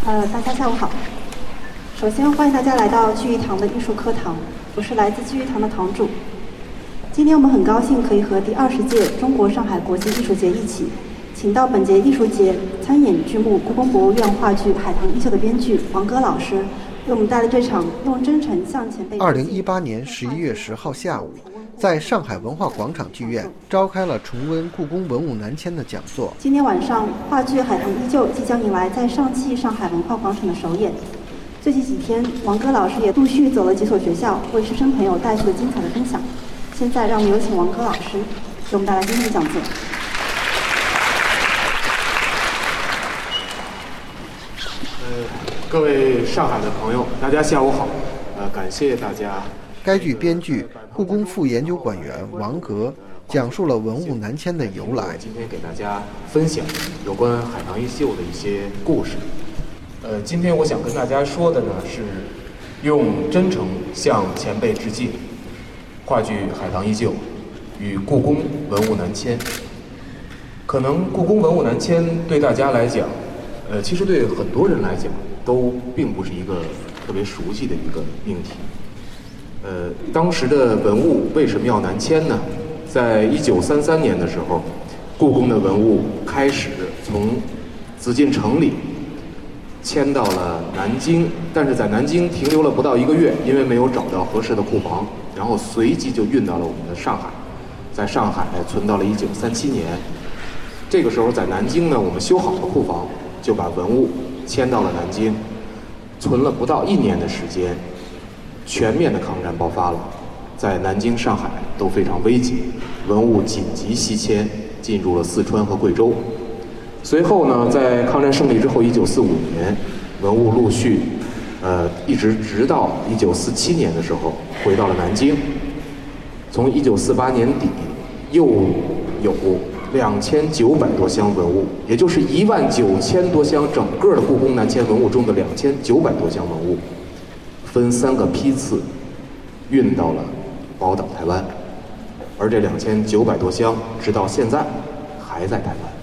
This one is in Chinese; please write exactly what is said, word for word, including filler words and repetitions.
呃，大家下午好。首先欢迎大家来到聚义堂的艺术课堂，我是来自聚义堂的堂主。今天我们很高兴可以和第二十届中国上海国际艺术节一起，请到本节艺术节参演剧目故宫博物院话剧《海棠依旧》的编剧王戈老师，为我们带来这场用真诚向前辈。 二零一八年十一月十号下午，在上海文化广场剧院召开了重温故宫文物南迁的讲座。 今天晚上，话剧《海棠依旧》即将迎来在上汽上海文化广场的首演。最近几天，王戈老师也陆续走了几所学校，为师生朋友带去了精彩的分享。现在，让我们有请王戈老师给我们带来今天的讲座。 呃，各位上海的朋友，大家下午好。呃，感谢大家。 该剧编剧、故宫副研究馆员王戈讲述了文物南迁的由来。 今天给大家分享有关海棠依旧的一些故事。呃，今天我想跟大家说的呢是，用真诚向前辈致敬。话剧《海棠依旧》与故宫文物南迁。可能故宫文物南迁对大家来讲，呃，其实对很多人来讲都并不是一个特别熟悉的一个命题。呃，当时的文物为什么要南迁呢？在一九三三年的时候，故宫的文物开始从紫禁城里迁到了南京，但是在南京停留了不到一个月，因为没有找到合适的库房，然后随即就运到了我们的上海，在上海存到了一九三七年。这个时候在南京呢，我们修好了库房，就把文物迁到了南京，存了不到一年的时间，全面的抗战爆发了，在南京、上海都非常危急，文物紧急西迁，进入了四川和贵州。随后呢，在抗战胜利之后，一九四五年，文物陆续，呃，一直直到一九四七年的时候，回到了南京。从一九四八年底，又有两千九百多箱文物，也就是一万九千多箱，整个的故宫南迁文物中的两千九百多箱文物，分三个批次运到了宝岛台湾，而这两千九百多箱，直到现在还在台湾。